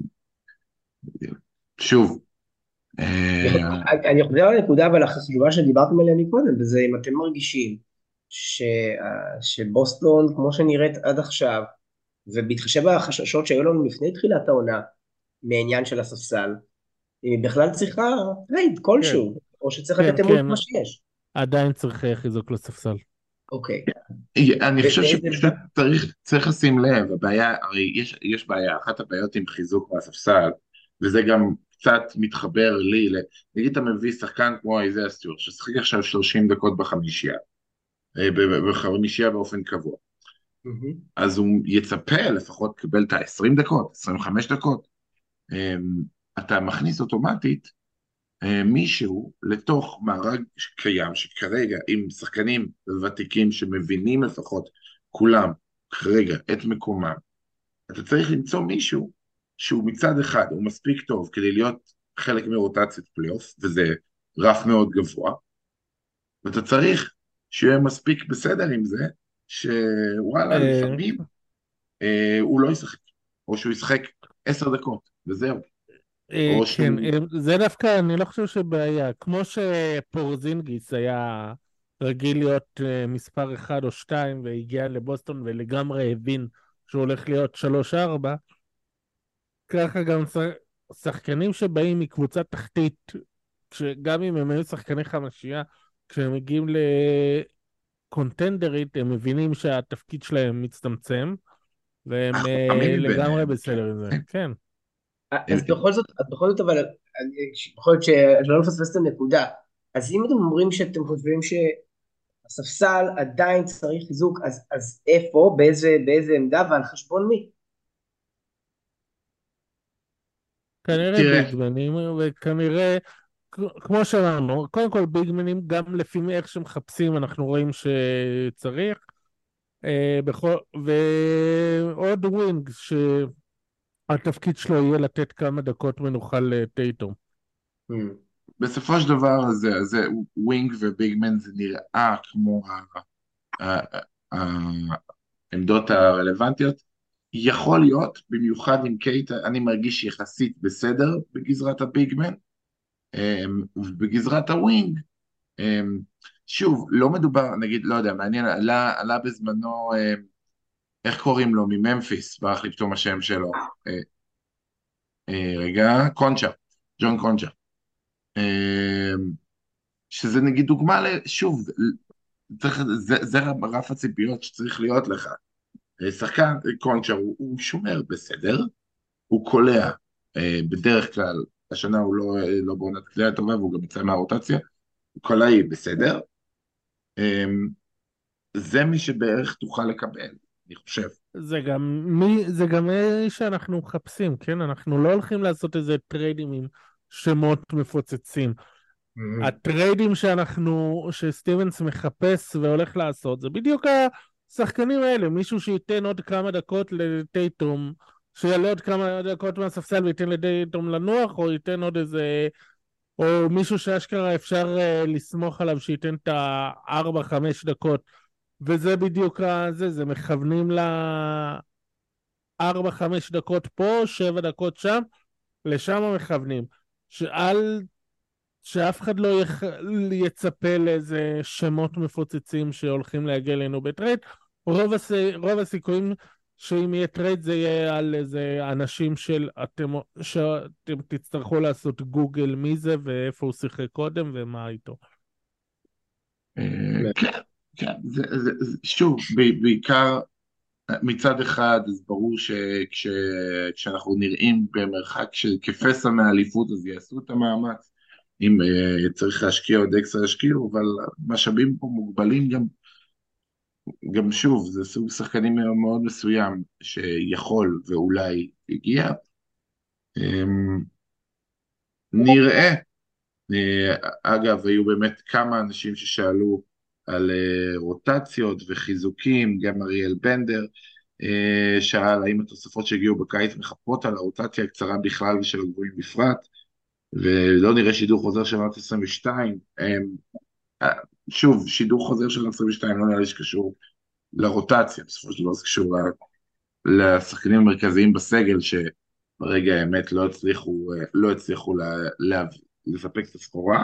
שוב, אה, אני חוזר לנקודה אבל החשובה שדיברתם עליה מקודם, וזה אם אתם מרגישים ש- שבוסטון כמו שנראית עד עכשיו, ובהתחשב בחששות שהיו לנו לפני תחילת העונה מהעניין של הספסל, היא בכלל צריכה טרייד כן, כלשהו, או שצריך כן, לתת אמון כן, כמו שיש. עדיין צריך אה, חיזוק לספסל. אוקיי. אני חושב ובאיזה... שפשוט צריך, צריך לשים לב, הבעיה, הרי יש, יש בעיה, אחת הבעיות עם חיזוק מהספסל, וזה גם קצת מתחבר לי, נגיד אתה מביא שחקן כמו איזיה סטיוארט, ששחק עכשיו שלושים דקות בחמישייה, אה, ב- ב- בחמישייה באופן קבוע, מהמם. אז הוא יצפה לפחות לקבל את ה-עשרים דקות, עשרים וחמש דקות, אה, אתה מכניס אוטומטית אה, מישהו לתוך מארג קיים, שכרגע עם שחקנים ותיקים שמבינים לפחות כולם כרגע את מקומם, אתה צריך למצוא מישהו שהוא מצד אחד הוא מספיק טוב כדי להיות חלק מרוטציית פלייאוף, וזה רף מאוד גבוה, ואתה צריך שיהיה מספיק בסדר עם זה, שוואלה אה, לפעמים אה, הוא לא ישחק, או שהוא ישחק עשר דקות, וזהו, אה, או כן, שהוא... אה, זה דווקא, אני לא חושב שבעיה. כמו שפורזינגיס היה רגיל להיות אה, מספר אחד או שתיים, והגיע לבוסטון ולגמרי הבין שהוא הולך להיות שלוש ארבע, ככה גם ש- שחקנים שבאים מקבוצה תחתית, שגם אם הם היו שחקני חמישייה, כשהם מגיעים לקונטנדרית, הם מבינים שהתפקיד שלהם מצטמצם, והם החכמים אה, לגמרי מביניהם, כן. בסדר עם זה. כן. אז בכל זאת, אז בכל זאת, אבל אני- בכל זאת שלא לפספס את הנקודה, אז אם אתם אומרים שאתם חושבים שהספסל עדיין צריך חיזוק, אז, אז איפה, באיזה, באיזה עמדה ועל חשבון מי? כנראה תראה, ביגמנים, וכנראה, כ- כמו שאמרנו, קודם כל ביגמנים, גם לפי איך שמחפשים, אנחנו רואים שצריך, אה, בכל, ועוד ווינג, שהתפקיד שלו יהיה לתת כמה דקות מנוחה לטייטום. Hmm. בסופו של דבר זה, זה ווינג וביגמן זה נראה כמו ה- ה- ה- העמדות הרלוונטיות. יכול להיות, במיוחד עם קייט, אני מרגיש יחסית בסדר בגזרת הביגמן, אמ, ובגזרת הווינג, אמ, שוב, לא מדובר, נגיד, לא יודע, מעניין, עלה, עלה בזמנו, אמ, איך קוראים לו, מממפיס, ברח לי פתאום השם שלו, אה, אה, רגע, קונצ'ה, ג'ון קונצ'ה. אמ, שזה נגיד דוגמה, ל- שוב, צריך, זה, זה רף הציפיות שצריך להיות לך. שחקן קונצ'ר הוא, הוא שומר בסדר, הוא קולע, אה, בדרך כלל, השנה הוא לא, לא בעונת קליעה טובה, והוא גם יצא מהרוטציה, הוא קולעי בסדר, אה, זה מי שבערך תוכל לקבל, אני חושב. זה גם מי, זה גם מי שאנחנו מחפשים, כן? אנחנו לא הולכים לעשות איזה טריידים עם שמות מפוצצים. Hmm. הטריידים שאנחנו, שסטיבנס מחפש והולך לעשות, זה בדיוק השחקנים האלה, מישהו שייתן עוד כמה דקות לטייטום, שיעלה עוד כמה דקות מהספסל וייתן לטייטום לנוח, או ייתן עוד איזה, או מישהו שאשכרה אפשר uh, לסמוך עליו שייתן את הארבע, חמש דקות, וזה בדיוק זה, זה מכוונים ל... ארבע חמש דקות פה, שבע דקות שם, לשם מכוונים. שאל, שאף אחד לא יח... יצפה לאיזה שמות מפוצצים שהולכים להגיע אלינו בטרייד. רוב, הס... רוב הסיכויים שאם יהיה טרייד זה יהיה על איזה אנשים של אתם, שאתם תצטרכו לעשות גוגל מי זה ואיפה הוא שיחק קודם ומה איתו. אה, כן, כן, זה, זה, זה, שוב, ב- בעיקר מצד אחד, אז ברור שכשאנחנו נראים במרחק של כפסע מהאליפות, אז יעשו את המאמץ. אם uh, צריך להשקיע עוד אקסטרה ישקיעו, אבל משאבים פה מוגבלים גם, גם שוב, זה סוג שחקנים מאוד מסוים שיכול ואולי הגיע. Um, נראה. Uh, אגב, היו באמת כמה אנשים ששאלו על uh, רוטציות וחיזוקים, גם אריאל בנדר, אה, שאל האם התוספות שהגיעו בקיץ מחפות על הרוטציה הקצרה בכלל ושל הגבוהים בפרט, ולא נראה שידור חוזר של עונת עשרים ושתיים. אה, שוב, שידור חוזר של עשרים ושתיים לא נראה לי שקשור לרוטציה, בסופו של דבר זה קשור לשחקנים המרכזיים בסגל, שברגע האמת לא הצליחו, לא הצליחו לה, לה, לספק את הסחורה.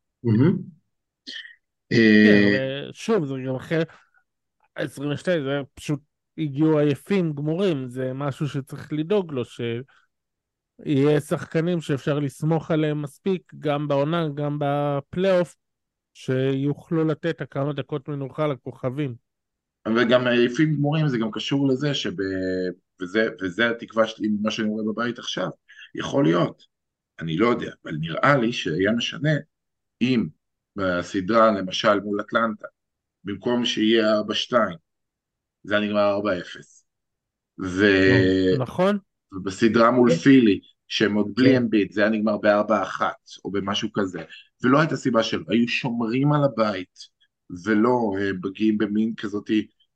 כן, ושוב, זה גם אחרי עשרים ושתיים, זה פשוט הגיעו עייפים, גמורים, זה משהו שצריך לדאוג לו, שיהיה שחקנים שאפשר לסמוך עליהם מספיק, גם בעונה, גם בפלייאוף, שיוכלו לתת כמה דקות מנוחה לכוכבים. וגם עייפים גמורים זה גם קשור לזה, שב... וזה, וזה התקווה שלי ממה שאני רואה בבית עכשיו, יכול להיות, אני לא יודע, אבל נראה לי שהיה משנה אם בסדרה למשל מול אטלנטה, במקום שיהיה ארבע שתיים, זה היה נגמר ארבע אפס. ו... נכון. ובסדרה מול פילי, שהם עוד בלי אמביט, זה היה נגמר ב-ארבע אחת, או במשהו כזה. ולא הייתה סיבה שלו, היו שומרים על הבית, ולא בגיעים במין כזאת,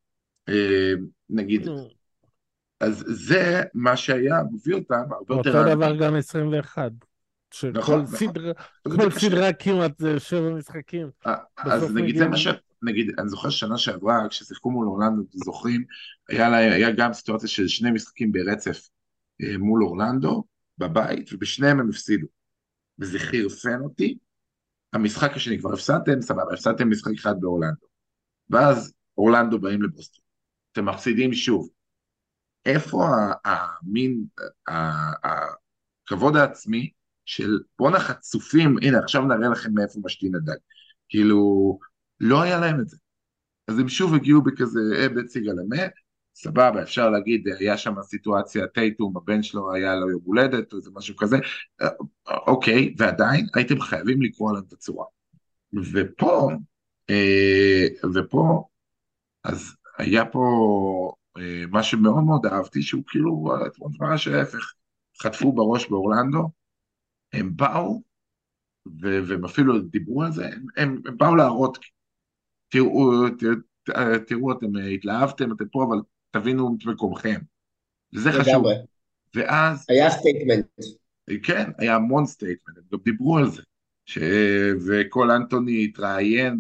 נגיד, אז זה מה שהיה, מביא אותם הרבה יותר... אותו דבר גם עשרים ואחת. שכל סדרה, כל סדרה כמעט זה שבע משחקים. אז נגיד זה מה ש... נגיד, אני זוכר שנה שעברה, כששיחקו מול אורלנדו, אתם זוכרים, היה גם סיטואציה של שני משחקים ברצף מול אורלנדו, בבית, ובשניהם הם הפסידו. וזה חירפן אותי. המשחק השני, כבר הפסדתם, סבבה, הפסדתם משחק אחד באורלנדו. ואז אורלנדו באים לבוסטון. אתם מפסידים שוב. איפה המין, הכבוד העצמי של בונה חצופים, הנה עכשיו נראה לכם מאיפה משתין הדג, כאילו לא היה להם את זה, אז הם שוב הגיעו בכזה אה בציג על המה, סבבה, אפשר להגיד היה שם סיטואציה, טייטום הבן שלו היה לו יום הולדת או איזה משהו כזה, אוקיי, ועדיין הייתם חייבים לקרוא להם את הצורה, ופה אה, ופה אז היה פה מה שמאוד מאוד אהבתי, שהוא כאילו, דבר שההפך, חטפו בראש באורלנדו, הם באו, והם אפילו דיברו על זה, הם, הם, הם באו להראות, תראו, תראו, תראו, אתם התלהבתם, אתם פה, אבל תבינו את מקומכם. וזה חשוב. ואז... היה סטייטמנט. כן, היה המון סטייטמנט, הם גם דיברו על זה. ש... וכל אנטוני התראיין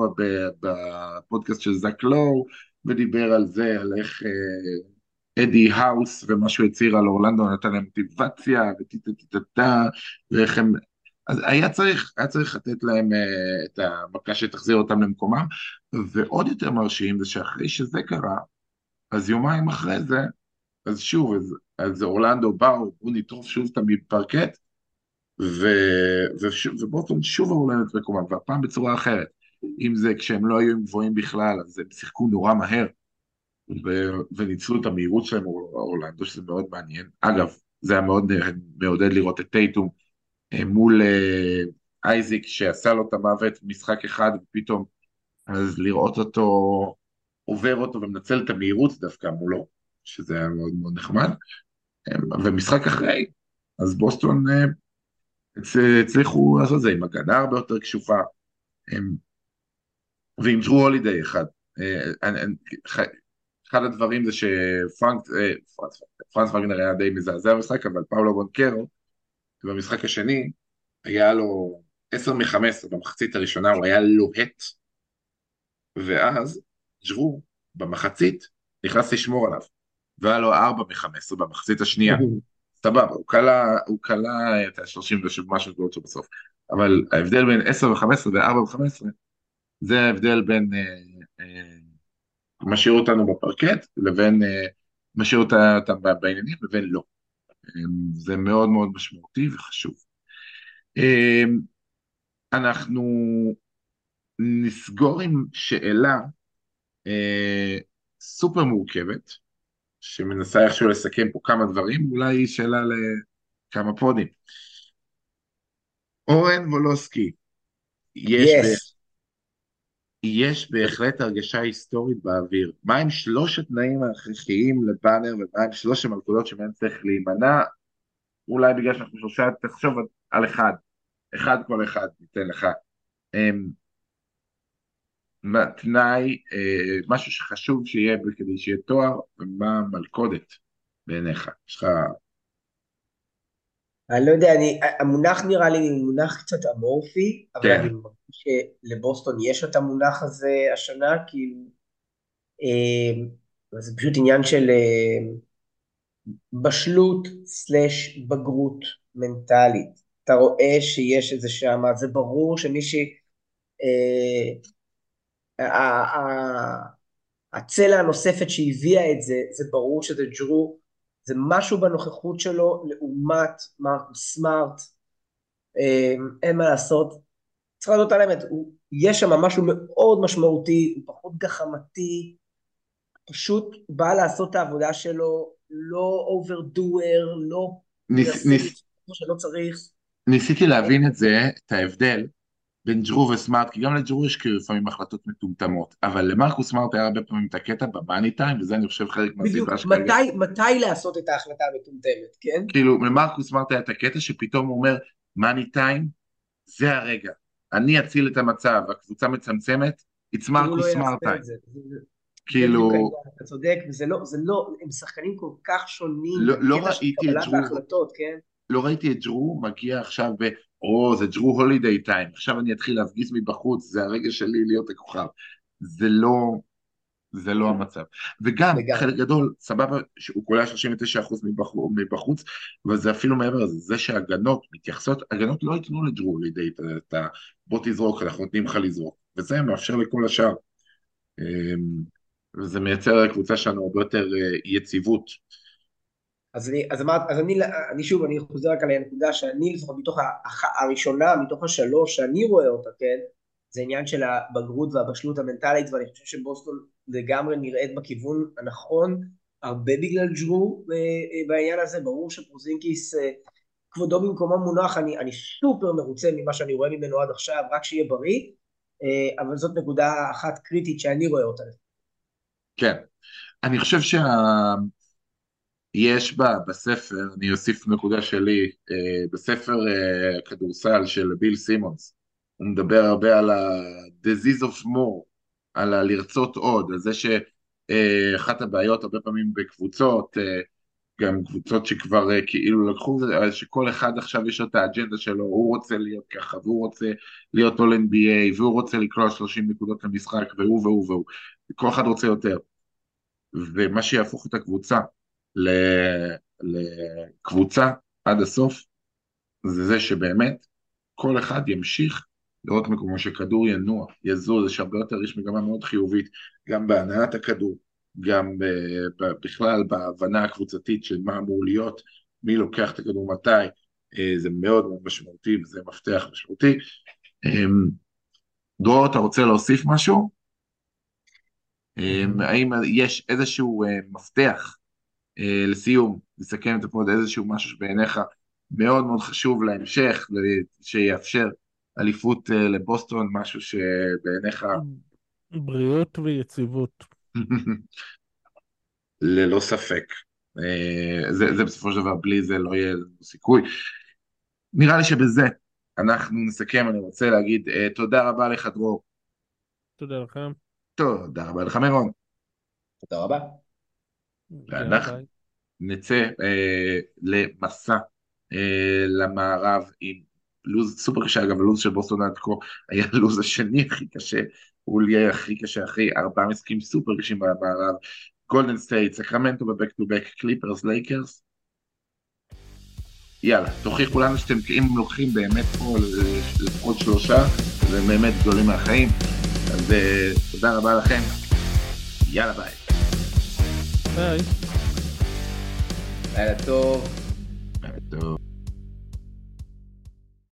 בפודקאסט של זק לואו, ודיבר על זה, על איך אדי האוס ומה שהוא הצהיר על אורלנדו נתן להם מוטיבציה וטיטטטטה, ואיך הם... אז היה צריך, היה צריך לתת להם uh, את המכה שתחזיר אותם למקומם, ועוד יותר מרשים זה שאחרי שזה קרה, אז יומיים אחרי זה, אז שוב, אז, אז אורלנדו באו, הוא נטרוף שוב את הפרקט, ו... ובוסטון שוב עברו להם את מקומם, והפעם בצורה אחרת. אם זה כשהם לא היו גבוהים בכלל, אז הם שיחקו נורא מהר, ו... וניצלו את המהירות שלהם אורלנדו, שזה מאוד מעניין. אגב, זה היה מאוד מעודד לראות את טייטום מול אייזיק, שעשה לו את המוות במשחק אחד, ופתאום אז לראות אותו, עובר אותו ומנצל את המהירות דווקא מולו, שזה היה מאוד מאוד נחמד. ומשחק אחרי, אז בוסטון הצליחו לעשות זה עם הגנה הרבה יותר קשופה, ועם ג'רו הולידיי אחד. אחד הדברים זה שפרנק, פרנס וגנר היה די מזעזע במשחק, אבל פאולו בונקרו, במשחק השני, היה לו עשר מחמש עשרה במחצית הראשונה, הוא היה לוהט, ואז ג'רו במחצית נכנס לשמור עליו, והיה לו ארבע מ-חמש עשרה במחצית השנייה. סבבה, הוא קלה, הוא קלה את ה-שלושים ומשהו נקודות שלו בסוף. אבל ההבדל בין עשר ו-חמש עשרה ו-ארבע ו-חמש עשרה, זה ההבדל בין אה, אה, משאיר אותנו בפרקט, לבין אה, משאיר אותם בעניינים, לבין לא. אה, זה מאוד מאוד משמעותי וחשוב. אה, אנחנו נסגור עם שאלה אה, סופר מורכבת, שמנסה איכשהו לסכם פה כמה דברים, אולי שאלה לכמה פודים. אורן וולוסקי, יש, ב... יס. יש בהחלט הרגשה היסטורית באוויר. מה הם שלוש התנאים ההכרחיים לבאנר, ומה הם שלוש המלכודות שבהן צריך להימנע? אולי בגלל שאנחנו שלושה, תחשוב על אחד, אחד כל אחד ניתן לך. אמ, מה- תנאי, אה, משהו שחשוב שיהיה כדי שיהיה תואר, ומה המלכודת בעיניך? יש לך... אני לא יודע, אני, המונח נראה לי מונח קצת אמורפי, אבל כן, אני מרגיש שלבוסטון יש את המונח הזה השנה, כאילו, אה, זה פשוט עניין של אה, בשלות סלש בגרות מנטלית. אתה רואה שיש איזה שמה, זה ברור שמי ש... אה, ה- ה- הצלע הנוספת שהביאה את זה, זה ברור שזה ג'רו, זה משהו בנוכחות שלו לעומת מרקוס סמארט, אה, אין מה לעשות, צריך לדעת על האמת, הוא- יש שם משהו מאוד משמעותי, הוא פחות גחמתי, פשוט בא לעשות את העבודה שלו, לא אוברדואר, לא ניס, מנסה ניס, ליצור כמו שלא צריך. ניסיתי להבין את זה, את ההבדל בין ג'רו וסמארט, כי גם לג'רו יש כאילו לפעמים החלטות מטומטמות, אבל למרקוס סמארט היה הרבה פעמים את הקטע בבאני טיים, וזה אני חושב חלק בדיוק, מהסיבה שכרגע, מתי, מתי לעשות את ההחלטה המטומטמת, כן? כאילו למרקוס סמארט היה את הקטע שפתאום הוא אומר, מאני טיים, זה הרגע, אני אציל את המצב, הקבוצה מצמצמת, it's הוא לא מרקוס יעשה סמארט טיים, את זה. זה, זה, זה בדיוק כאילו, העניין, אתה צודק, וזה לא, זה לא, הם שחקנים כל כך שונים לא, לא בקטע של ראיתי את קבלת ג'רו, ההחלטות, כן? לא ראיתי את ג'רו מגיע עכשיו ב, או זה ג'רו הולידיי טיים, עכשיו אני אתחיל להפגיז מבחוץ, זה הרגע שלי להיות הכוכב, זה לא, זה לא המצב. וגם לגמרי. חלק גדול, סבבה, שהוא קולע שלושים ותשעה אחוז מבחוץ, מבחוץ, וזה אפילו מעבר לזה, זה שהגנות מתייחסות, הגנות לא ייתנו לג'רו לידי את את ה... בוא תזרוק, אנחנו נותנים לך לזרוק, וזה מאפשר לכל השאר. אמ, וזה מייצר לקבוצה שלנו הרבה יותר אה, יציבות. אז אני, אז אמרת, אז אני, אני שוב, אני חוזר רק על הנקודה שאני לפחות מתוך הח- הראשונה, מתוך השלוש שאני רואה אותה, כן? זה עניין של הבגרות והבשלות המנטלית, ואני חושב שבוסטון לגמרי נראית בכיוון הנכון, הרבה בגלל ג'רו אה, אה, בעניין הזה, ברור שפרוזינקיס אה, כבודו במקומו מונח, אני, אני סופר מרוצה ממה שאני רואה ממנו עד עכשיו, רק שיהיה בריא, אה, אבל זאת נקודה אחת קריטית שאני רואה אותה. כן, אני חושב שיש בה בספר, אני אוסיף נקודה שלי, אה, בספר אה, כדורסל של ביל סימונס, הוא מדבר הרבה על ה-disease of more, על הלרצות עוד, על זה שאחת הבעיות הרבה פעמים בקבוצות, אה, גם קבוצות שכבר אה, כאילו לקחו, אה, שכל אחד עכשיו יש לו את האג'נדה שלו, הוא רוצה להיות ככה, והוא רוצה להיות all אן בי איי, והוא רוצה לקלוע שלושים נקודות למשחק, והוא והוא והוא, כל אחד רוצה יותר. ומה שיהפוך את הקבוצה ל- לקבוצה עד הסוף, זה זה שבאמת כל אחד ימשיך לראות מקומו שכדור ינוע, יזוז, יש הרבה יותר, יש מגמה מאוד חיובית, גם בהנעת הכדור, גם ב- ב- בכלל בהבנה הקבוצתית של מה אמור להיות, מי לוקח את הכדור מתי, אה, זה מאוד מאוד משמעותי וזה מפתח משמעותי. אה, דרור, אתה רוצה להוסיף משהו? אה, האם יש איזשהו אה, מפתח אה, לסיום, לסכם את הפוד, איזשהו משהו שבעיניך מאוד מאוד חשוב להמשך, ל- שיאפשר אליפות אה, לבוסטון, משהו שבעיניך בריאות ויציבות. ללא ספק. אה, זה, זה בסופו של דבר, בלי זה לא יהיה לנו סיכוי. נראה לי שבזה אנחנו נסכם, אני רוצה להגיד אה, תודה רבה לך דרור, תודה לכם. תודה רבה לך מירון, תודה רבה. יאללה ואנחנו ביי. נצא אה, למסע אה, למערב עם לוז סופר קשה, אגב הלוז של בוסטון עד כה היה הלוז השני הכי קשה, הוא יהיה הכי קשה אחרי ארבעה משחקים סופר קשים במערב, גולדן סטייט, סקרמנטו בבק טו בק, קליפרס, לייקרס. יאללה, תוכיחו לנו שאתם, אם לוקחים באמת פה לפחות שלושה, זה באמת גדולים מהחיים. אז uh, תודה רבה לכם. יאללה, ביי. ביי. לילה טוב. לילה טוב.